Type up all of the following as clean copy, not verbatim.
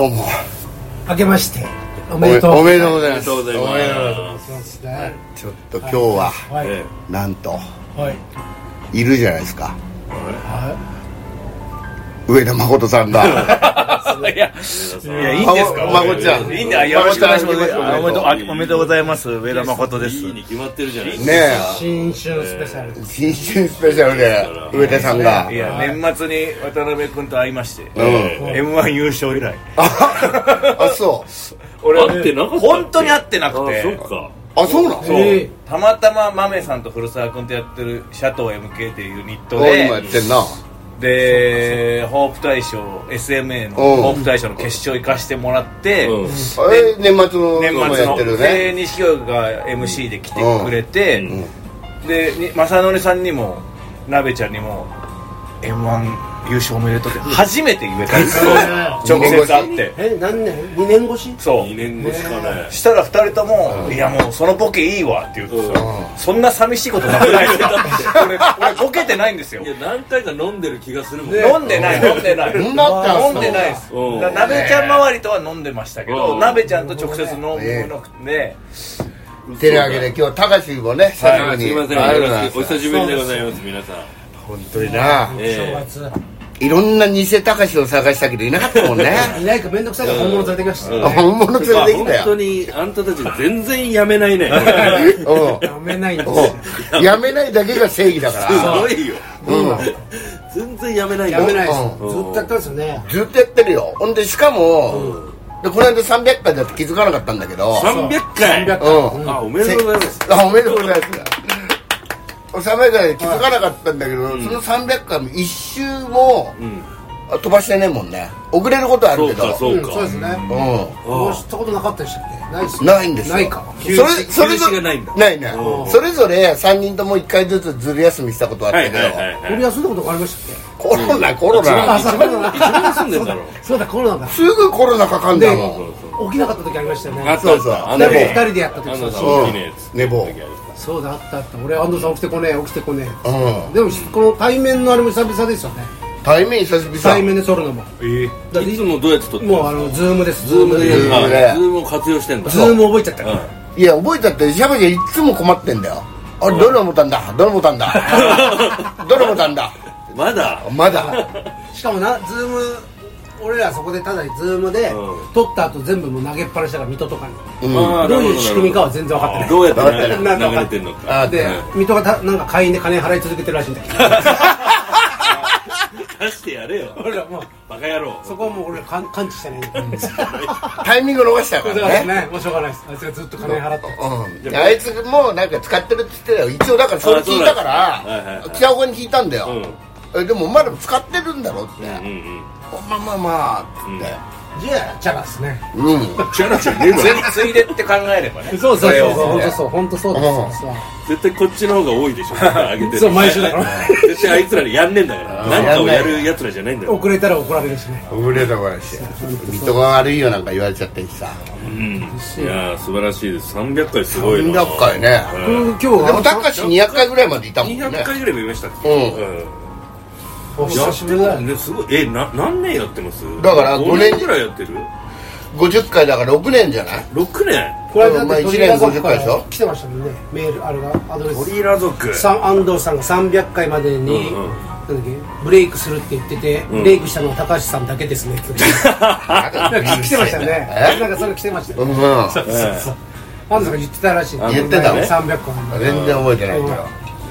どうも明けましておめでとうおめでとうございます。 おめでとうございます。 ちょっと今日は、なんと、いるじゃないですか、上田誠さんがいやいいんですか、 まこちゃん、 いいんだ、よろしくお願いします。おめでとうございます。上田誠です。いいに決まってるじゃないですか。 ねえ、 新春スペシャル、 新春スペシャルで上田さんが、 いや、年末に渡辺君と会いまして、M1 優勝以来。 あ、そう、 俺会ってなかった、本当に会ってなくて。そうか、 あ、そうなの。 たまたま豆さんと古澤君とやってるシャトー MK っていうユニットで今やってんな。 で、ホープ大賞 SMA のホープ大賞の決勝行かしてもらって、 年末のやってるね。 で、錦鯉が MC で来てくれて、で、正則さんにも鍋ちゃんにも M1 優勝おめでとうって初めて言えたんですよ。直接会って。 何年2年越し。 そう、2年越しかね。したら2人とも、いやもうそのボケいいわって言ってさ、そんな寂しいことなくないですよ。俺ボケてないんですよ。いや、何回か飲んでる気がするもん。飲んでない飲んでない飲んでないです。鍋ちゃん周りとは飲んでましたけど、鍋ちゃんと直接飲むなくて。 テレビ上げで今日高橋もね、久しぶりに。 すいません、お久しぶりでございます皆さん。 本当にな、 正月いろんな偽高橋を探したけどいなかったもんね。 いないかめんどくさいから本物連れてきました。 本物連れてきたよ。 本当にあんたたち全然やめないね。 やめないんですよ。 やめないだけが正義だから。 すごいよ。全然やめない。 やめないです。ずっとやってますよね。 ずっとやってるよ。ほんでしかもで、この間300回だって気づかなかったんだけど。 300回。あ、おめでとうございます。 あ、おめでとうございます。300回気づかなかったんだけど、その300回も一周も飛ばしてねえもんね。遅れることはあるけど。 そうですね。もう知ったことなかったでしたっけ。ないです。 ないんですよ。 ないか。 それぞれないね。それぞれ3人とも1回ずつずる休みしたことあったけど。 これ休んだことありましたっけ。 コロナ。 一番休んでんだろ。 そうだ、コロナだ。 すぐコロナかかんだもん。 起きなかった時ありましたよね。 そう。 2人でやった時。 寝坊。 そうだ、あった。俺、安藤さん起きてこねえ。でもこの対面のあれも久々ですよね。 対面久々。 対面で撮るのも。 いつもどうやって撮ってるの？ もうズームです。 ズームを活用してんだ。 ズーム覚えちゃったから。 いや、覚えちゃってシャバじゃいつも困ってんだよ。あれ、どれもたんだまだしかもズーム、俺らそこでただズームで撮った後全部もう投げっぱなしだから、水戸とかにどういう仕組みかは全然分かってない。 どうやって流れてんのかで、水戸がなんか会員で金払い続けてるらしいんだけど。 出してやれよ。俺らもうバカ野郎。そこはもう俺ら感知してない。 タイミング逃したからね。 もうしょうがないです。あいつがずっと金払ってあいつもなんか使ってるって言ってたよ。一応だからそれ聞いたから北岡に聞いたんだよ。でもお前らも使ってるんだろって。まあってじゃあチャラですね。 チャラじゃねえの。ついでって考えればね。 そう本当そうです。 絶対こっちの方が多いでしょ。あげてる。 そう、毎週だから。 絶対あいつらにやんねえんだから。何かをやるやつらじゃないんだよ。 遅れたら怒られるしね。 水戸が悪いよなんか言われちゃってしさ。 いや、素晴らしいです。300回すごいな。 300回ね。 今日でも高橋200回ぐらいまでいたもんね。 200回ぐらいもいましたっけ。 久しぶりだよね。 すごい。何年やってます？ だから5年ぐらいやってる ？50回だから6年じゃない ？6年。 これは 1年50回でしょ。 来てましたもんね、メール、あれがアドレス。 ゴリラ族安藤さんが300回までになんだっけ、ブレイクするって言ってて、ブレイクしたのは高橋さんだけですねって来てましたよね。なんかそれ来てましたよね。安藤さんが言ってたらしい。 言ってたね。 300回全然覚えてないけど。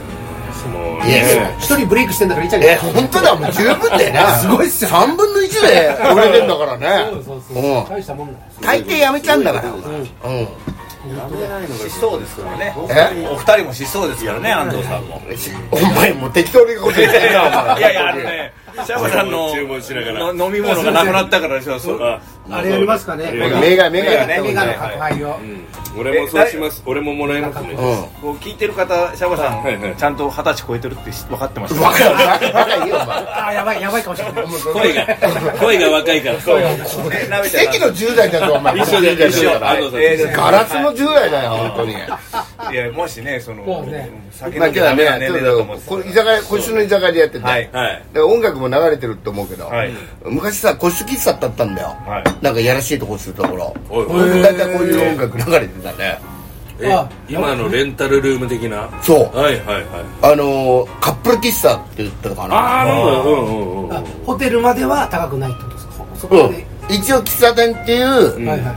一人ブレイクしてんだからいいじゃん。 本当だ、もう十分だよな。 すごいっすよ。 3分の1で売れてんだからね。 大したもんだよ。 大抵やめちゃうんだから。 やめないのがしそうですからね。お二人もしそうですからね、安藤さんも。 お前も適当にこと言ってるな。 いや、シャバさんの注文しながら飲み物がなくなったからでしょ。 あれやりますかね。 メガネ宅配を。 俺もそうします。俺ももらいますね。聞いてる方、シャバさんちゃんと20歳超えてるって分かってました。 若いよ、お前。 あ、やばいかもしれない。 声が若いから。 奇跡の10代だぞ、お前。 一緒。 ガラスの10代だよ、本当に。 いやもしねその酒飲んでダメな年齢だと思って居酒屋個室の居酒屋でやってて、だから音楽も流れてると思うけど、昔さ個室喫茶だったんだよ、なんかやらしいとこするところ、だいたいこういう音楽流れてたね。 今のレンタルルーム的な。 そう、カップル喫茶って言ったのかな。 ホテルまでは高くないってことですか。そこで一応喫茶店っていう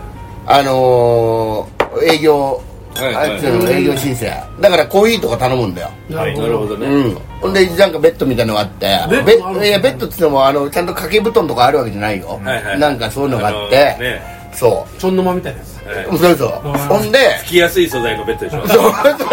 営業営業申請だからコーヒーとか頼むんだよ。 なるほどね。 ほんでなんかベッドみたいなのがあって、ベッドって言ってもちゃんと掛け布団とかあるわけじゃないよ。なんかそういうのがあって、そうちょんの間みたいなやつ。 そうそう。ほんで拭きやすい素材のベッドでしょ。 そう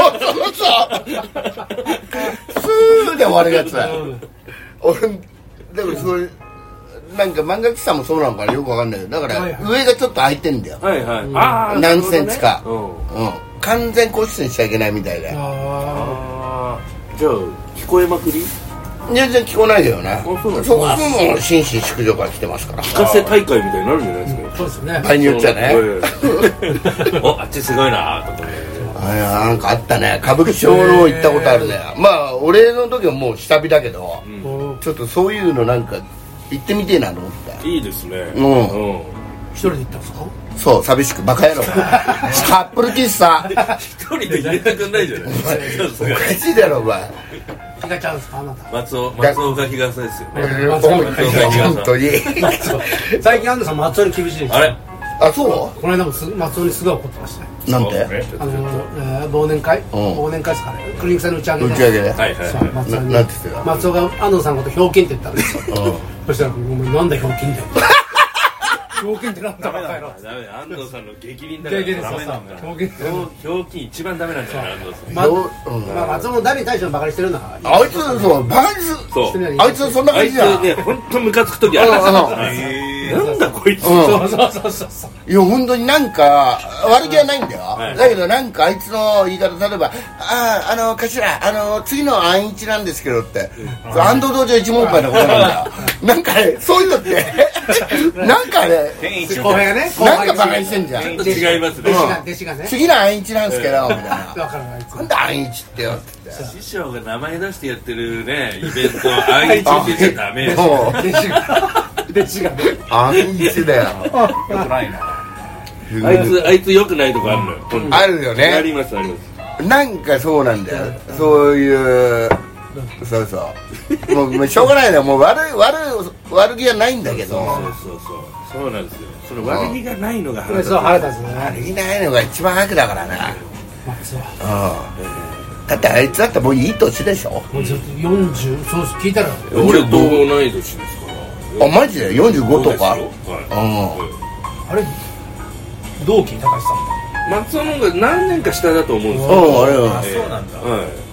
スーで終わるやつ。俺だからそれなんか漫画喫茶もそうなのかなよくわかんないけど、だから上がちょっと開いてんだよ。何センチか。完全個室にしちゃいけないみたいで。じゃあ聞こえまくり？ 全然聞こえないけどね。そこはもう紳士淑女から来てますから。 聞かせ大会みたいになるんじゃないですか。 そうですね。 場合によっちゃね。 あっちすごいなとかね。 なんかあったね。歌舞伎町の行ったことあるね。まあ俺の時はもう下火だけど、ちょっとそういうのなんか行ってみてえなと思って。 いいですね。 一人で行ったんですか。 そう寂しくバカ野郎。カップル喫茶。 一人で入れたくないじゃない。 おかしいだろお前。 比嘉ちゃんですかあなた。 松岡比嘉さんですよ。 本当に。 最近安藤さん松尾に厳しいです。 あれ。 あそう。 この間も松尾にすごい怒ってましたね。 なんで？ 忘年会ですかね。クリニックさんの打ち上げで。 なんて言ってた？ 松尾が安藤さんのことひょうきんって言ったんですよ。そしたらなんだひょうきんだよ。ひょうきんってなんだバカ野郎。 ダメだ安藤さんの逆鱗だからダメなんだ。ひょうきん一番ダメなんだよ安藤さん。 松尾も誰に対してもバカにしてるんだから。 あいつそうバカにする。あいつそんな感じじゃん。 あいつね本当ムカつく時ある。なんだこいつ。 そういや本当になんか悪気はないんだよ。だけどなんかあいつの言い方例えば頭次の安一なんですけどって安藤道場一門会のことなんだよ。なんかねそういうのってなんかね後輩がねなんかバカにしてんじゃん。 ちょっと違いますね。 弟子がね次の安一なんですけどみたいな。なんで安一ってよって。 師匠が名前出してやってるねイベント安一って言っちゃダメよ。 弟子が安一だよ。 よくないな。 あいつ良くないとこあるのよ。 あるよね。 ありますあります。 なんかそうなんだよ。そういうそうもうしょうがないね。もう悪気はないんだけど。 そうなんですよ。その悪気がないのが腹立つね。 悪気ないのが一番悪だからな。だってあいつだってもういい年でしょ。 もうずっと40そう聞いたら俺同い年ですから。 あマジで45とか。 あれ同期高橋さん。松尾の方が何年か下だと思うんですよ。 そうなんだ。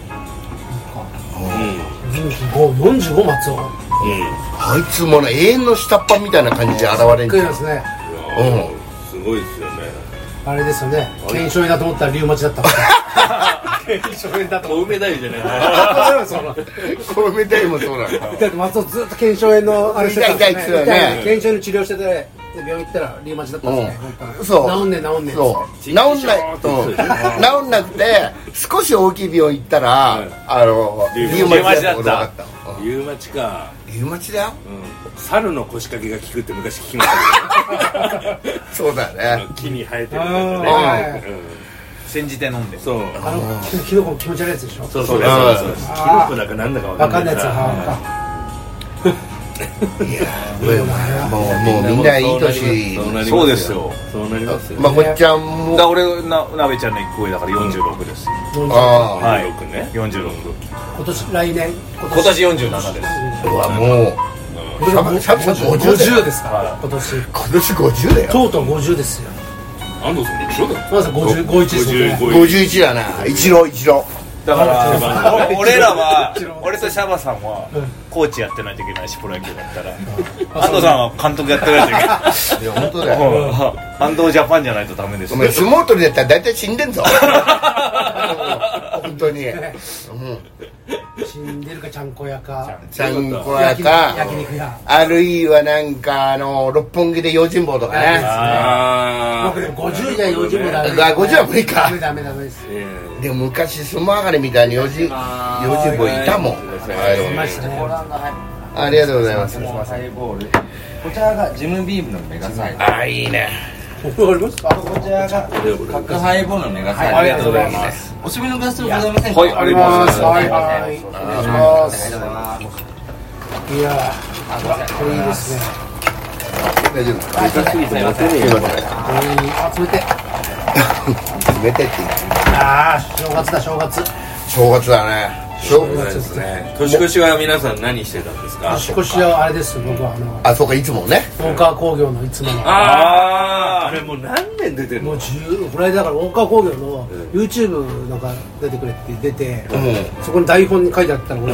45松尾。 あいつもね永遠の下っ端みたいな感じで現れるんですね。 すごいですよね。 あれですよね。腱鞘炎だと思ったらリウマチだった。腱鞘炎だと小梅太夫じゃない。 小梅太夫もそうなんだ。 だって松尾ずっと腱鞘炎のあれしてたんですね。腱鞘炎の治療してて病院行ったらリウマチだったんですね。 そう治んねえ。 そう治んなくて少し大きい病院行ったらリウマチだった。 リウマチか。 リウマチだよ。 猿の腰掛けが効くって昔聞きましたけど。 そうだね。 木に生えてるね。 煎じて飲んで。 そう。 キノコ気持ち悪いやつでしょ。 そう。キノコだかなんだかわかんないやつ。 いやもうみんないい年。 そうですよ。 そうなりますよ。 まこっちゃんも。 俺なべちゃんの1個上だから46です。 46ね。 46。 来年今年47です。 うわもう 50ですから今年 50だよ。 とうとう50ですよ。 安藤さんも一緒だよ。 まず51ですよね。 51だな。一郎。 だから俺とシャバさんはコーチやってないといけないしプロ野球だったら安藤さんは監督やってないといけない。 いや本当だよ。 安藤ジャパンじゃないとダメです。 お前相撲取りだったら大体死んでんぞ。本当に。 死んでるかちゃんこ屋かちゃんこ屋か焼肉屋、 あるいはなんか六本木で用心棒とかね。 僕でも50じゃ用心棒だめ。 50は無理か。 ダメです。 でも昔相撲上がりみたいに用心棒いたもん。 いましたね。 ありがとうございます。 ハイボール。こちらがジムビームのメガサイズ。 あ、いいね。 わかりますか？ こちらが角ハイボールのメガサイズ。 ありがとうございます。 おすすめのグラスございませんか？ はい、あります。 はい、お願いします。いやー、これいいですね。 大丈夫ですか？冷てって言って。 ああ、正月だ、正月。 正月だね。 正月ですね。年越しは皆さん何してたんですか？ 年越しはあれです。僕はそうか、いつもね。 大川工業のいつもの。 あれもう何年出てるの？ もうこの間だから大川工業の YouTube なんか出てくれって出て、そこに台本に書いてあったら俺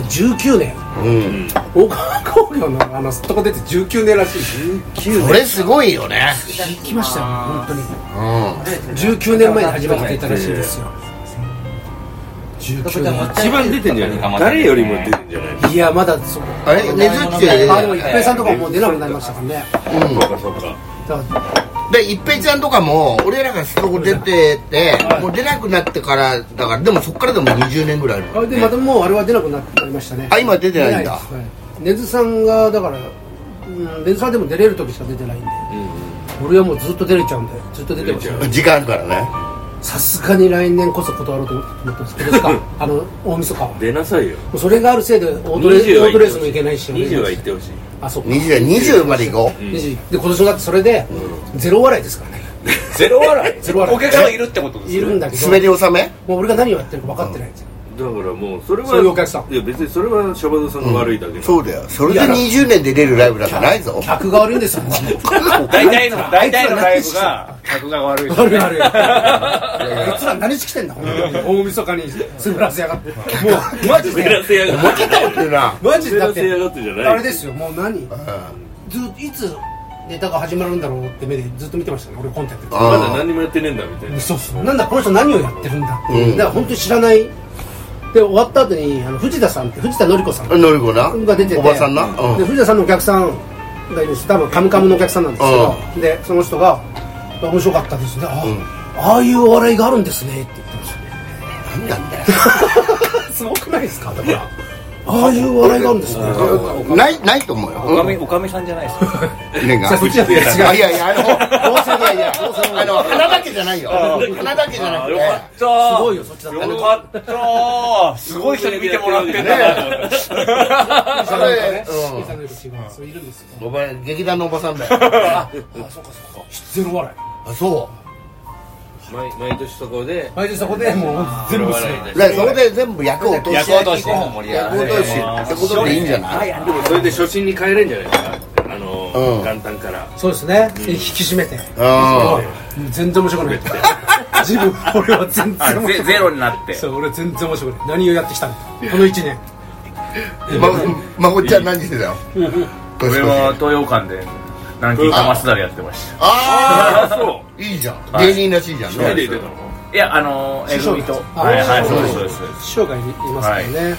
19年。大川工業のとこ出て19年らしい。 それすごいよね。 聞きましたよ本当に。19年前に初めて出たらしいですよ。 一番出てんじゃない？誰よりも出てんじゃない？ いや、まだあれねずっちでも一平さんとかもう出なくなりましたからね。 そうか。 で一平ちゃんとかも俺らがそこ出ててもう出なくなってからだから、でもそっからでも20年ぐらいある。 でまたもうあれは出なくなりましたね。 あ、今出てないんだ。 根津さんがだから根津さんでも出れる時しか出てないんで、俺はもうずっと出れちゃうんでずっと出てますよ。 時間あるからね。 さすがに来年こそ断ろうと思ってますけど、大晦日出なさいよ。 それがあるせいでオートレースもいけないし、 20は行ってほしい。 あ、そうか。 20まで行こう。 で今年だってそれでゼロ笑いですからね。 ゼロ笑い。お客さんいるってことですいるんだけど、 滑り納め。 もう俺が何をやってるか分かってないんですよ。 だからもうそれはそういうお客さん。 いや別にそれはシャバドさんが悪いだけ。 そうだよ。それで20年で出るライブなんかないぞ。 客が悪いんですよ。 大体のライブが客が悪い。 悪い。あいつら何し来てんだ。大晦日に滑らせやがって。もうマジで滑らせやがって。 マジでだって滑らせやがってじゃない。 あれですよ。もう何？ずっといつネタが始まるんだろうって目でずっと見てましたね。俺コンテンツ。 まだ何もやってねえんだみたいな。 そう。なんだこの人何をやってるんだ。だから本当に知らない。で終わった後に藤田のり子さんが出てて、 おばさんな。 で藤田さんのお客さんがいるんです。多分カムカムのお客さんなんですけど、でその人が面白かったですね。ああいうお笑いがあるんですねって言ってましたね。 何なんだよ。 すごくないですか。だからああいう笑いがあるんですね。 ないと思うよ。 おかみさんじゃないですか。 ねが。 そっちは違う。 いや鼻だけじゃないよ。鼻だけじゃなくて。 すごいよそっちだった。 よかった。すごい人に見てもらってんだ。 それいるんですよ。 お前劇団のおばさんだよ。 あ、そうか。ゼロ笑い。 あ、そう。 毎年そこでもう全部する。 そこで全部役を落としてってことでいいんじゃない？ でもそれで初心に帰れんじゃないですか。元旦から。 そうですね。引き締めて。全然面白くない。自分俺は全然面白くない。 ゼロになって。 そう、俺全然面白くない。何をやってきたの？この1年。 孫ちゃん何してたよ。 俺は東洋館で南京玉すだれやってました。 ああ、そう。いいじゃん。芸人らしいじゃん。 いや、えぐみと。はい、そうです。 師匠がいますからね。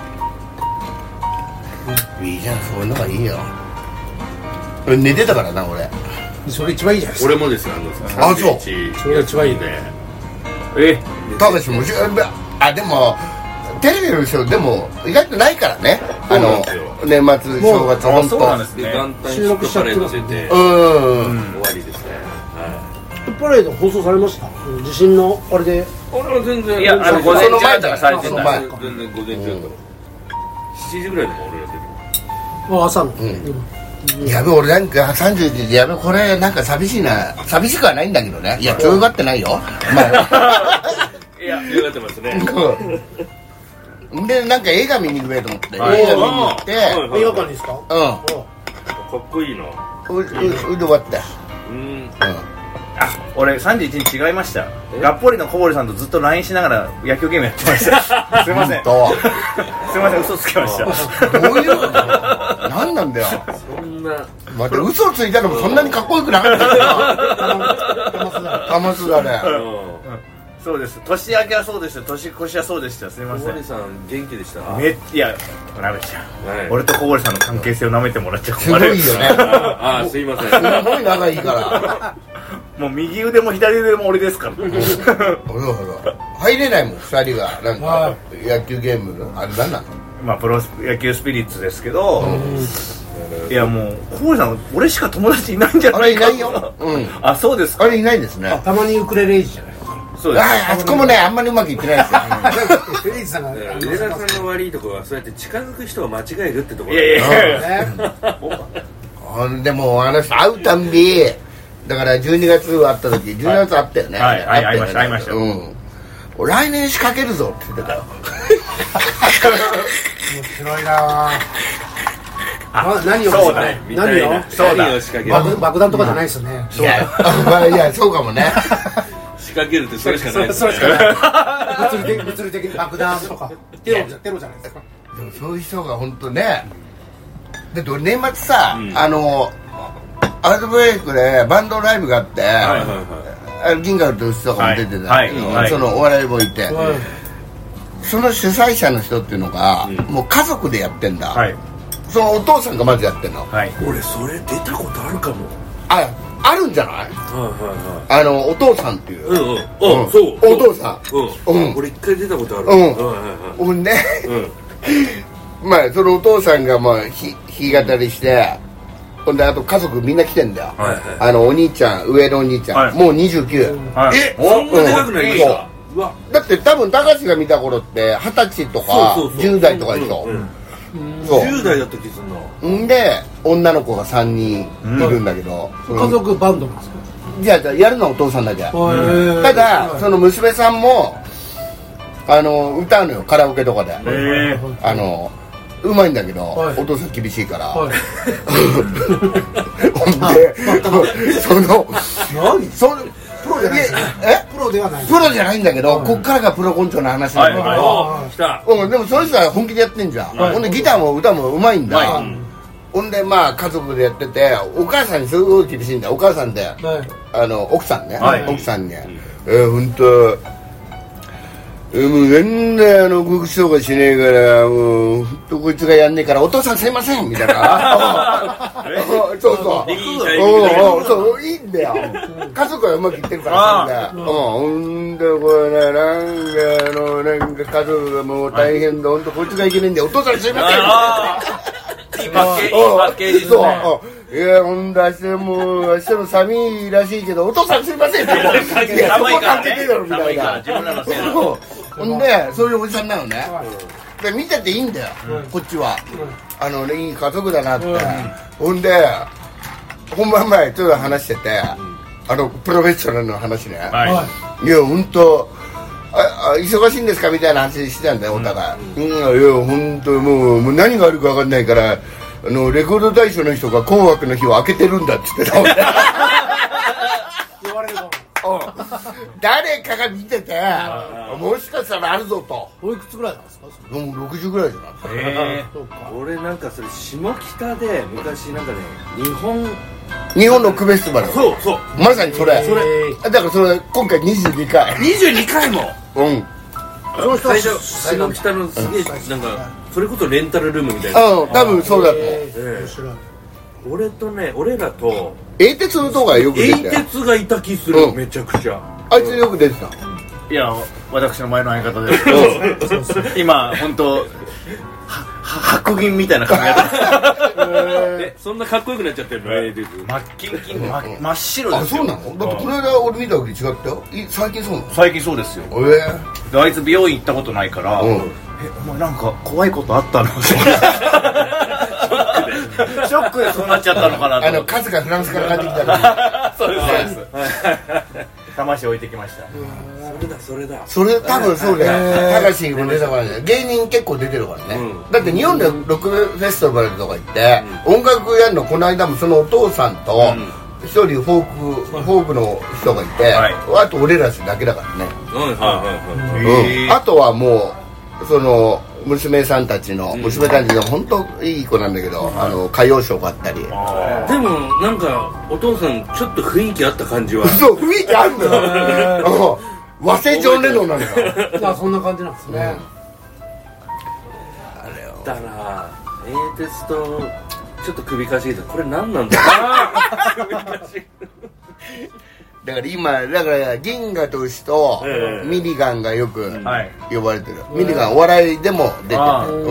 いいじゃん、そういうのがいいよ。寝てたからな、俺。 それ一番いいじゃないですか。 俺もですよ。 あ、そう。 それが一番いいね。 たかしも、でもテレビの人でも意外とないからね。年末正月本当。 収録しちゃってますんで。終わりですね。 パレード放送されました。地震のあれで。 俺は全然。 いや、午前中だったらされてた。 全然午前中だった。7時ぐらいでも俺が出てる。朝の。 やべ、俺なんか31でやべ、これなんか寂しいな。寂しくはないんだけどね。いや、強がってないよ。 いや、強がってますね。 で、なんか映画見に行くべと思って。映画見に行って。映画館ですか？ かっこいいな。 うで終わった。 あ、俺31日違いました。がっぽりの小堀さんとずっと LINE しながら野球ゲームやってました。すいません。すいません、嘘つきました。 どういうこと？何なんだよ。 そんな。 待って、嘘ついたのもそんなにかっこよくなかったよ。玉すだれ。 そうです。年明けはそうでした。年越しはそうでした。すみません。 小堀さん元気でした。 いや、なめちゃう。俺と小堀さんの関係性をなめてもらっちゃう。 すごいよね。 すいません。 すごい長いから。 もう右腕も左腕も俺ですから。 入れないもん2人がなんか野球ゲームのあれなんなの？ まあプロ野球スピリッツですけど。いやもう小堀さん俺しか友達いないんじゃないか。 あれいないよ。 あ、そうですか。 あれいないですね。 たまにウクレレイジじゃない。 そうです。 あそこもねあんまりうまくいってないですよ。 レイジさんが上田さんの悪いところはそうやって近づく人を間違えるってところ。 いやでもあの人会うたんびだから12月会った時12月会ったよね。 会いました。 来年仕掛けるぞって言ってたよ。 面白いな。何をそうだね。 何を仕掛ける。 爆弾とかじゃないですよね。 いやそうかもね。 仕掛けるってそれしかない。 それしかない。物理的に爆弾とかテロじゃないですか。 でもそういう人が本当ね。だって俺年末さアートブレイクでバンドライブがあって銀河と牛とかも出てた。そのお笑いもいて。その主催者の人っていうのがもう家族でやってんだ。そのお父さんがまずやってんの。 俺それ出たことあるかも。 あるんじゃない？お父さんっていう。 そう。 お父さん。俺一回出たことある。 ほんで、まあそのお父さんがまあ弾き語りして、ほんであと家族みんな来てんだよ。お兄ちゃん、上のお兄ちゃん、もう29。 そんなでかくないですか？ だって多分高橋が見た頃って20歳とか10代とかでしょ。 10代だった気するな。んで女の子が3人いるんだけど、 家族バンドなんですか？ じゃあやるのはお父さんだけ。ただその娘さんも歌うのよ、カラオケとかで。うまいんだけどお父さん厳しいから。ほんでプロではない。プロじゃないんだけど、こっからがプロ根性の話なんだけど、でもその人は本気でやってんじゃん。ほんでギターも歌もうまいんだ。ほんでまあ家族でやってて、お母さんにすごい厳しいんだ。お母さんで奥さんね、奥さんに本当もう全然動きそうがしねえからもうほんとこいつがやんねえからお父さんすいませんみたいな。そういいんだよ。家族はうまくいってるからほんとこれなんか家族がもう大変だ。ほんとこいつがいけねえんだよ。お父さんすいません。 いいパッケージですね。 いやほんと明日も寒いらしいけどお父さんすいませんって。いやそこ関係ねえだろみたいな。ほんでそういうおじさんなのね。で見てていいんだよこっちは。いい家族だなって。ほんで本番前ちょっと話しててプロフェッショナルの話ね。いやほんと忙しいんですかみたいな話してたんだよお互い。いやほんともう何があるか分かんないからレコード大賞の人が紅白の日を開けてるんだって言ってた。 言われるの。 誰かが見ててもしかしたらあるぞと。 おいくつぐらいなんですか？ もう60ぐらいじゃない。 俺なんかそれ下北で昔なんかね日本のクベスティバル。 そうまさにそれだからそれ今回22回も最初下北のすげえなんかそれこそレンタルルームみたいな。 多分そうだと思う。俺らと英鉄のとかよく出てた。 英鉄がいた気する。めちゃくちゃあいつよく出てた。 いや私の前の相方ですけど今本当白銀みたいな髪型。 そんなかっこよくなっちゃってるの？ 真っ白ですよ。 そうなの？だってこの間俺見た時違ったよ。最近そうなの？ 最近そうですよ。あいつ美容院行ったことないからお前なんか怖いことあったの？ショックでそうなっちゃったのかなと。 カズがフランスから帰ってきたからそうです魂置いてきました。 それだそれ多分そうだよ。高橋も出たからね。芸人結構出てるからね。だって日本でロックフェスティバルとか行って音楽やるのこの間もそのお父さんと一人フォークの人がいてあと俺らだけだからね。あとはもうその娘たちの本当いい子なんだけど歌謡ショーがあったり。でもなんかお父さんちょっと雰囲気あった感じは。 そう雰囲気あるんだよ。 和製ジョン・レノンなんだよ。 そんな感じなんですね。 あれだな、エーテスとちょっと首かしげて、これ何なんだろうな。首かしげる。 だから今、だから銀河と牛とミリガンがよく呼ばれてる。ミリガンお笑いでも出てる。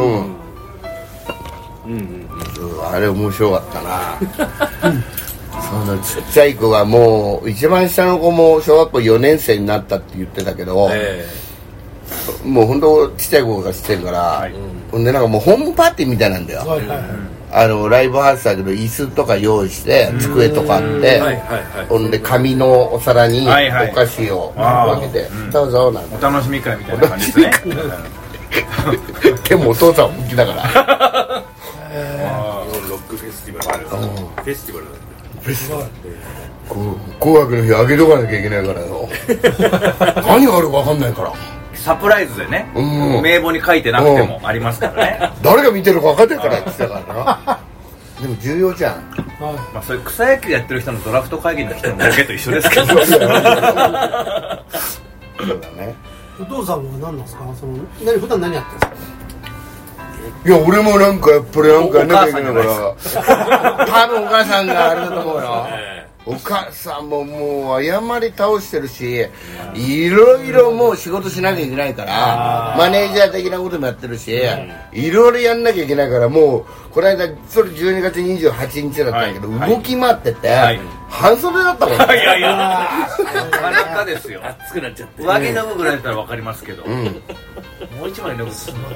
あれ面白かったな。そのちっちゃい子がもう一番下の子も小学校4年生になったって言ってたけど、もう本当ちっちゃい子がしてるから、ほんでなんかもうホームパーティーみたいなんだよ。ライブハウスだけど椅子とか用意して机とかあって、ほんで紙のお皿にお菓子を分けてどうぞなんてお楽しみ会みたいな感じですね。 でもお父さん本気だから。 日本ロックフェスティバル。フェスティバルなんだ。 紅白の日あげとかなきゃいけないからよ。何があるか分かんないから。 サプライズでね、名簿に書いてなくてもありますからね。 誰が見てるか分かってるからって言ってたからな。でも重要じゃん。 まあそういう草野球やってる人のドラフト会議の人のボケと一緒ですけど。 そうだね。 お父さんは何なんですか？普段何やってるんですか？ いや俺もなんかやっぱりなんかやんなきゃいけないから。多分お母さんがあれだと思うよ。お母さんももう謝り倒してるし、いろいろもう仕事しなきゃいけないから、マネージャー的なこともやってるし、いろいろやんなきゃいけないから、もうこの間それ12月28日だったんだけど、動き回ってて、半袖だったもんね。 いやいや、なかなかですよ。 熱くなっちゃって。 上着脱ぐぐらいだったらわかりますけど、もう一枚脱ぐすんの。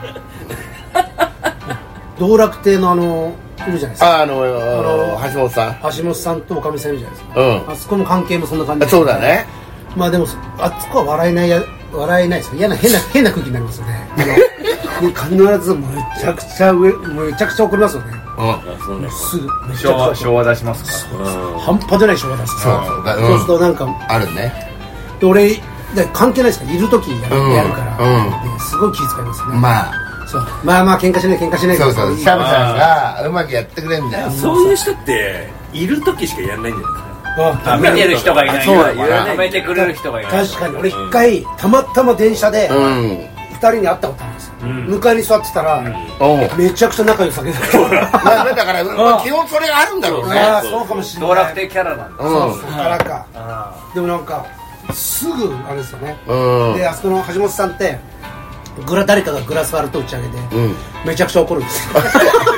道楽亭のいるじゃないですか。 橋本さん。 橋本さんとおかみさんいるじゃないですか。あそこの関係もそんな感じ。 そうだね。 まあでもあそこは笑えないですよ。変な空気になりますよね。必ずむちゃくちゃ怒りますよね。すぐ昭和出しますか。 半端じゃない昭和出す。そうするとなんかあるね。 で俺関係ないですから、いる時やるからすごい気遣いますね。まあ喧嘩しないそうそう、シャムさんがうまくやってくれんだよ。 そういう人っている時しかやんないんじゃないですか。 見てる人がいないから止めてくれる人がいない。 確かに俺一回たまたま電車で2人に会ったことあるんですよ。向かいに座ってたらめちゃくちゃ仲良さげだった。 だから基本それがあるんだろうね。 そうかもしれない。 道楽亭キャラなんだ。 そうからか。でもなんかすぐあれですよね。であそこの橋本さんって誰かがグラス割ると打ち上げでめちゃくちゃ怒るんですよ。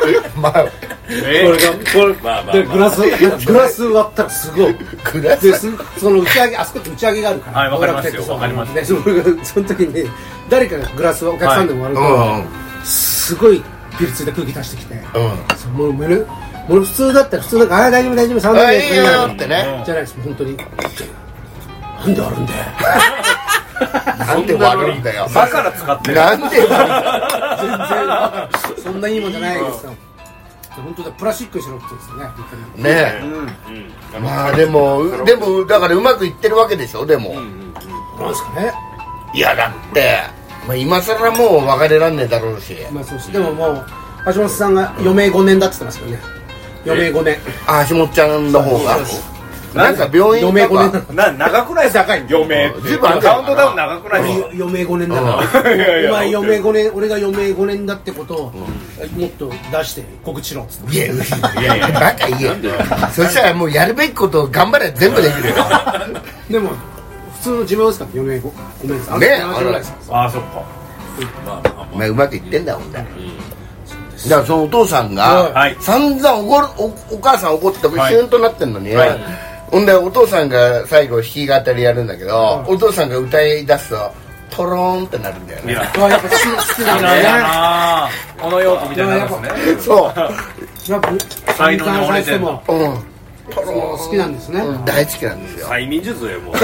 グラス割ったらすごい。その打ち上げ、あそこって打ち上げがあるから。 わかりますよ。わかります。 その時に誰かがグラスをお客さんでも割るとすごいピリついた空気出してきて、もう普通だったら普通なんか大丈夫3年ってねじゃないです本当に。なんであるんだよ。 なんで割るんだよ。 だから使ってる。 なんで割るんだよ。そんないいもんじゃないですよ。本当だ、プラスチックにしろってですね。 ねえ。まあでもだからうまくいってるわけでしょ。でもなんですかね。 いやだって今更もう別れらんねえだろうし。 まあそうです。でももう橋本さんが余命5年だって言ってますけどね。余命5年。 橋本ちゃんの方がなんか病院余命5年長くないですか。余命随分カウントダウン長くないですか。 余命5年だからお前余命5年、俺が余命5年だってことをもっと出して告知しろっつって。 いやバカ言え。そしたらもうやるべきことを頑張れ全部できるよ。 でも普通の寿命ですから余命5年ですね。 あそっか。 お前うまくいってんだもんね。だからそのお父さんが散々お母さん怒ってシューンとなってんのに、ほんでお父さんが最後弾き語りやるんだけど、お父さんが歌い出すとトローンってなるんだよね。 やっぱ好きなんだね。 この用途みたいなですね。 そう。 才能に惚れてんの。 トローン好きなんですね。 大好きなんですよ。 催眠術よもう。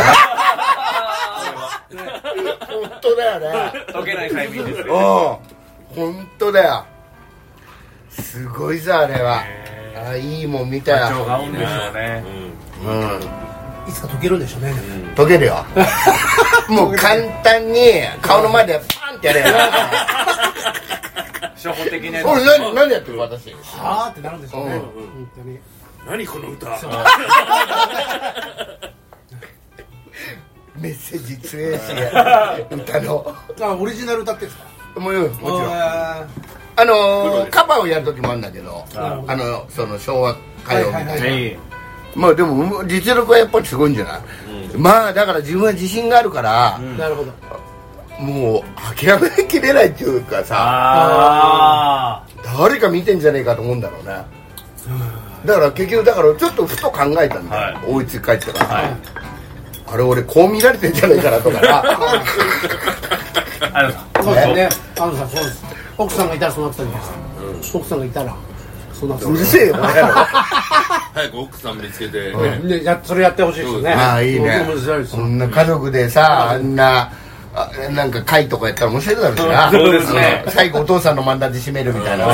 本当だよね。 解けない催眠術。本当だよ。すごいさあれは。いいもん見たよ。 が合うんでしょうね。 いつか解けるんでしょうね。 解けるよ。もう簡単に顔の前でパンってやれよ。 初歩的な。 俺何やってる私。 はあってなるんでしょうね。本当に。 何この歌。 メッセージ強いし歌のオリジナル歌ってんですか？ もちろんカバーをやる時もあるんだけどその昭和歌謡みたいなまあでも実力はやっぱりすごいんじゃない、まあだから自分は自信があるから、 なるほどもう諦めきれないっていうかさ誰か見てんじゃねえかと思うんだろうね。だから結局ちょっとふと考えたんだよ、追いつき帰ってから、あれ俺こう見られてんじゃねえかなとかなそうですね。そうです。奥さんがいたらそうなってたんじゃないですか。奥さんがいたらそうなってた。 うるせえよ早く奥さん見つけてそれやってほしいですよね。 ああいいね。そんな家族でさあんななんか会とかやったら面白いだろうしな。 そうですね。 最後お父さんの漫談で締めるみたいな。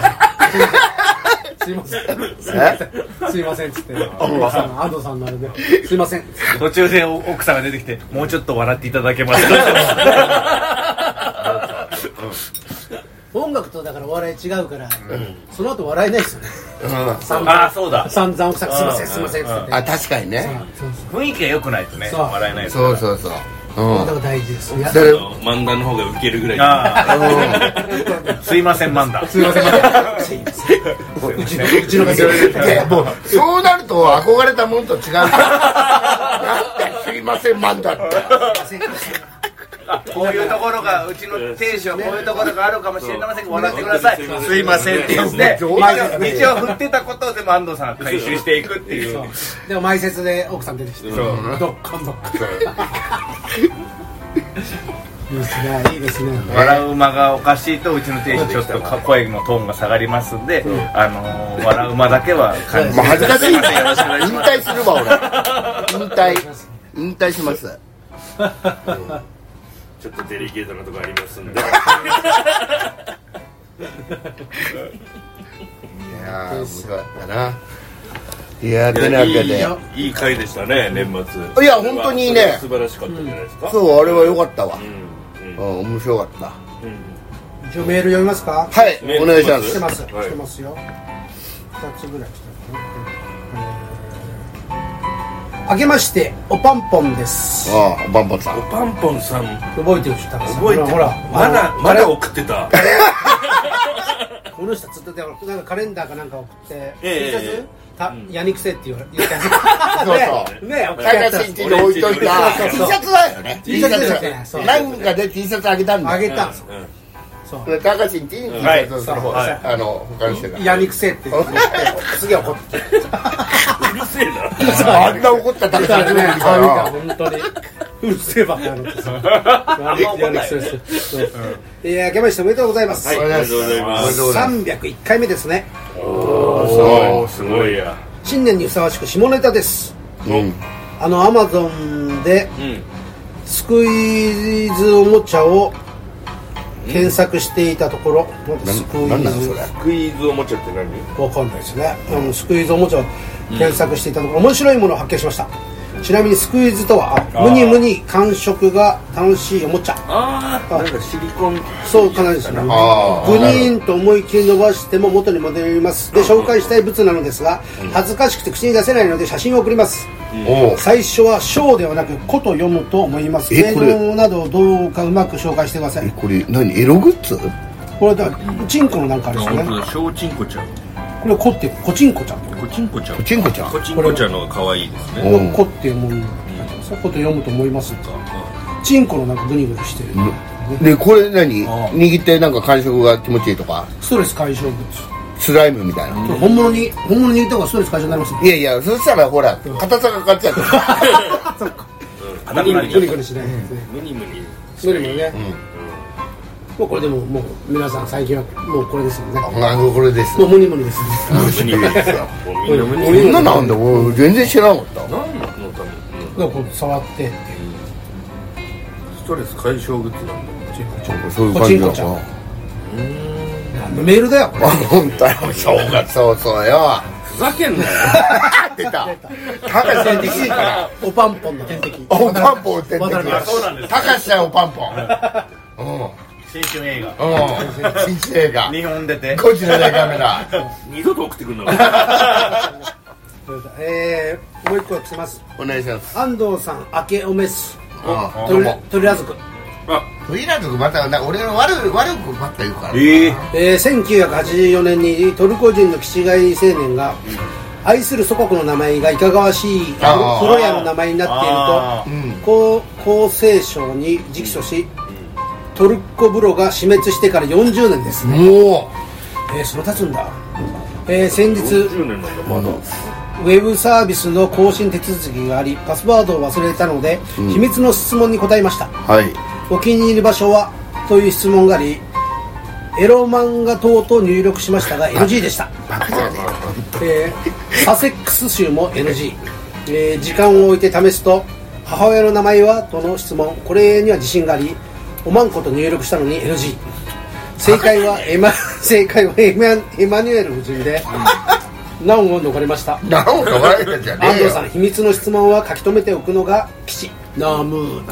すいません。すいませんっつって安藤さんのあれですいません。 途中で奥さんが出てきてもうちょっと笑っていただけますか。 音楽とだからお笑い違うから、その後笑えないですよね。 そうだ。 散々奥さんすいませんすいませんっつって。 あ確かにね。 雰囲気が良くないとね笑えない。 そう。 だから大事です。 漫談の方がウケるぐらい。 すいません漫談。 すいません。うちの店もうそうなると憧れたもんと違うから。なんですいません漫談って。 こういうところがうちの亭主はこういうところがあるかもしれませんが笑ってください。すいませんって言って道を振ってたことをでも安藤さんが回収していくっていう。 でも前説で奥さん出てきてどっかんどっかん。いいですね。 笑う間がおかしいとうちの亭主ちょっと声のトーンが下がりますんで、笑う間だけは恥ずかしい。引退するわ俺。引退します。 ちょっとデリケートなとこありますんで。いやーすごかったな。いやてなわけでいい回でしたね年末。 いや本当にね素晴らしかったんじゃないですか。 そうあれは良かったわ。面白かった。 一応メール読みますか。 はいお願いします。 来てますよ。2つぐらい来てますね。あけましておパンポンです。 おパンポンさん。 おパンポンさん覚えてる人。 覚えてる。ほらまだ送ってた。 この人つっててなんかカレンダーかなんか送って。やにくせって言ったやつ。 そうね。高橋んちに置いといた T シャツだよね。T シャツなんかで T シャツあげたんだ。 あげたんですよ。 高橋んちに T シャツその他の人がやにくせって言って次は怒って。 うるせえな。 あんな怒った高橋んちに本当にうるせえばってなるんですよ。明けましておめでとうございます。 ありがとうございます。 301回目ですね。 すごいや。 新年にふさわしく下ネタです。Amazon でスクイズおもちゃを検索していたところ、 スクイズおもちゃって何？ わかんないですね。スクイズおもちゃを検索していたところ、面白いものを発見しました。ちなみにスクイズとはムニムニ感触が楽しいおもちゃ。 なんかシリコン。 そうかなりですね。グニーンと思い切り伸ばしても元に戻ります。で紹介したい物なのですが恥ずかしくて口に出せないので写真を送ります。最初は章ではなく子と読むと思います。映像などをどうかうまく紹介してください。 これ何エログッズ？ これだチンコのなんかあれですね。 小チンコちゃん。 これコってコチンコちゃん。 コチンコちゃん。 コチンコちゃん。 コチンコちゃんの可愛いですね。 コっていうもん。そこと読むと思いますか。チンコのなんかグニグニしてる。 でこれ何？握ってなんか感触が気持ちいいとか。 ストレス解消グッズ。 スライムみたいな。 本物に握った方がストレス解消になります。 いやいやそしたらほら硬さがかかっちゃう。 そっか。グニグニしないですね。 ムニムニ。 ムニムニね。もうこれでももう皆さん最近はもうこれですよね。 これです。 もうムニムニですね。 ムニムニですよ。 こんななんだ俺全然知らなかった。 何のため？ だからこう触ってっていう。 ストレス解消グッズなんだ。 そういう感じだな。 メールだよ。 本当よ。そうよ。 ふざけんなよ。 出た。高橋さん自身からおパンポンの天敵。 おパンポン天敵。 そうなんです。 高橋さんおパンポン。 新春映画。 新春映画。 日本出て。 こちらでカメラ。 二度と送ってくんの。 もう一個来てます。 お願いします。 安藤さん明けおめす。 鳥ラズク。 鳥ラズクまた俺が悪くばっか言うから。 1984年にトルコ人のキチガイ青年が愛する祖国の名前がいかがわしい風呂屋の名前になっていると厚生省に直訴し、トルコ風呂が死滅してから40年ですね。 もうその経つんだ。先日ウェブサービスの更新手続きがあり、パスワードを忘れたので、秘密の質問に答えました。お気に入り場所はという質問があり、エロ漫画等々入力しましたが NG でした。サセックス州も NG。時間を置いて試すと、母親の名前はとの質問、これには自信があり、おまんこと入力したのに NG。正解はエマニュエル夫人で難を逃れました。 難を逃れたんじゃねえよ。 安藤さん、秘密の質問は書き留めておくのが吉。ナムー。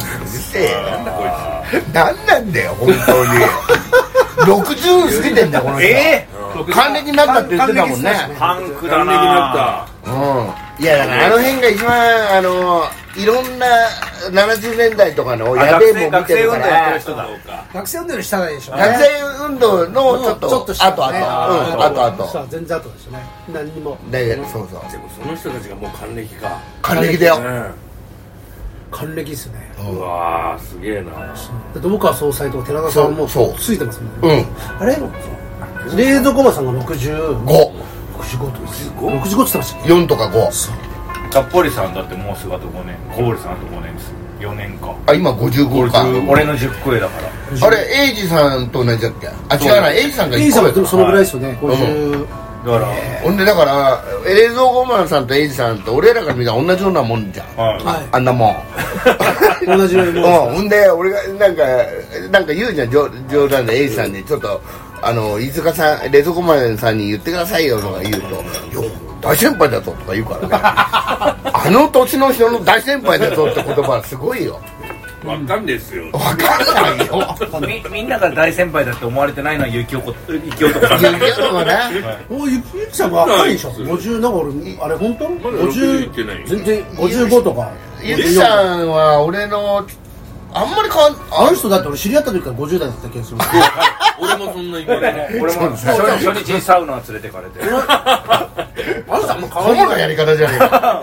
なんなんだよ本当に。60過ぎてんだこの人。還暦になったって言ってたもんね。 パンクだな。 いやだからあの辺が一番いろんな70年代とかのやべえもん見てるから。 学生運動より下ないでしょ。 学生運動のちょっと下。 あと全然後でしょね。何にも。 そうそう。 でもその人たちがもう還暦か。 還暦だよ。 還暦ですね。 うわーすげえな。 友川総裁とか寺田さんもついてますもんね。あれ冷蔵庫マさんが65と65って言ってましたっけ。 4とか5。 かっぽりさんだってもうすぐあと5年、小堀さんあと5年です。4年か。 今55か。 俺の10個上だから。 あれエイジさんと同じだっけ。違うな、エイジさんが1個上。 でもそのぐらいですよね。50。 だからほんでだから冷蔵庫マンさんとエイジさんと俺らから見たら同じようなもんじゃん。あんなもん。 同じようなもん。 ほんで俺がなんか言うじゃん冗談でエイジさんにちょっと飯塚さん冷蔵庫マンさんに言ってくださいよとか言うと大先輩だぞとか言うからね。あの年の人の大先輩だぞって言葉はすごいよ。 わかんですよ。 わかんないよ。 みんなが大先輩だって思われてないのは雪男さん。 雪男ね。 おい、ゆきさんが若いでしょ。50なんか俺あれ本当？50全然55とか。 ゆきさんは俺のあんまりあの人だって俺知り合った時から50代だった気がする。 俺もそんなイメージ。 俺も初日にサウナ連れてかれて。 あの人あんま変わらないやり方じゃねえか。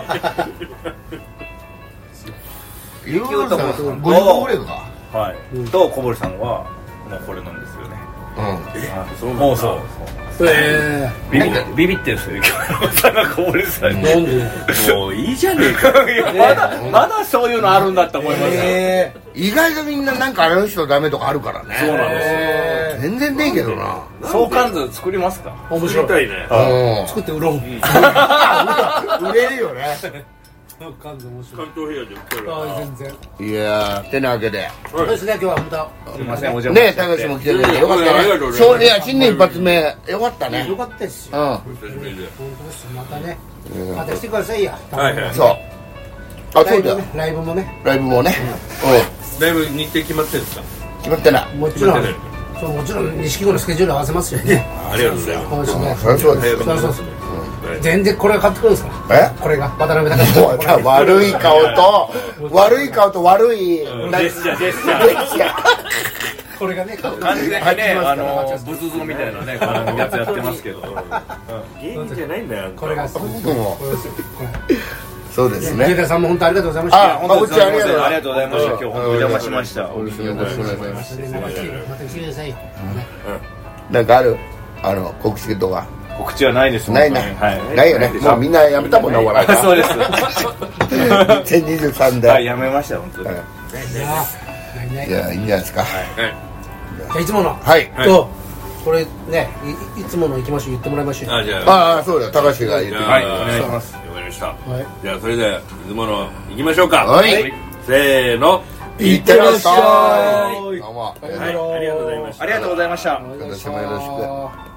雪男さん 55ぐらいか。 はい。と小堀さんはもうこれなんですよね。もうそう。ビビってるんですよ雪男さんが小堀さんに。 もういいじゃねえか。 まだそういうのあるんだって思いますよ。 意外とみんななんかあの人ダメとかあるからね。 そうなんですよ。全然ねえけどな。 相関図作りますか。 面白いね。 作って売ろう。 売れるよね。 関東面白い。 関東平野で売ってる。 全然。 いやてなわけで。 そうですね、今日は本当。 すみません、お邪魔ね、高橋も来てくれてよかったね。そういや新年一発目よかったね。 よかったですよ。 本当ですまたね。また来てくださいよ。 そう。あ、そうだよ。 ライブもね。 ライブもね。 だいぶ日程決まってるんですか。 決まってない。 もちろん。そうもちろん錦鯉のスケジュール合わせますよね。 ありがとうございます。 そりゃそうです。 そう。全然これが買ってくるんですか。これが渡辺隆さん。悪い顔と悪いジェスチャー。 これがね完全にね仏像みたいなねやつやってますけど。 芸人じゃないんだよ。 これがそうですね。 池田さんも本当ありがとうございました。 本当にありがとうございました。今日本当お邪魔しました。 よろしくお願いします。 また来てくださいよ。 なんかある告知とか。 告知はないです。 ないな。ないよね。もうみんなやめたもんな、お笑い。 そうです。 2023で。 はい、やめました、本当に。 いや、いいんじゃないですか。 いつもの。 はい。 これね、いつもの行きましょう、言ってもらいましょう。 ああ、そうだ、高橋が言って。 はい、お願いします。わかりました。じゃあ、それでは、いつもの行きましょうか。 はい。 せーの。 いってらっしゃい。 どうも。 ありがとうございました。 ありがとうございました。 私もよろしく。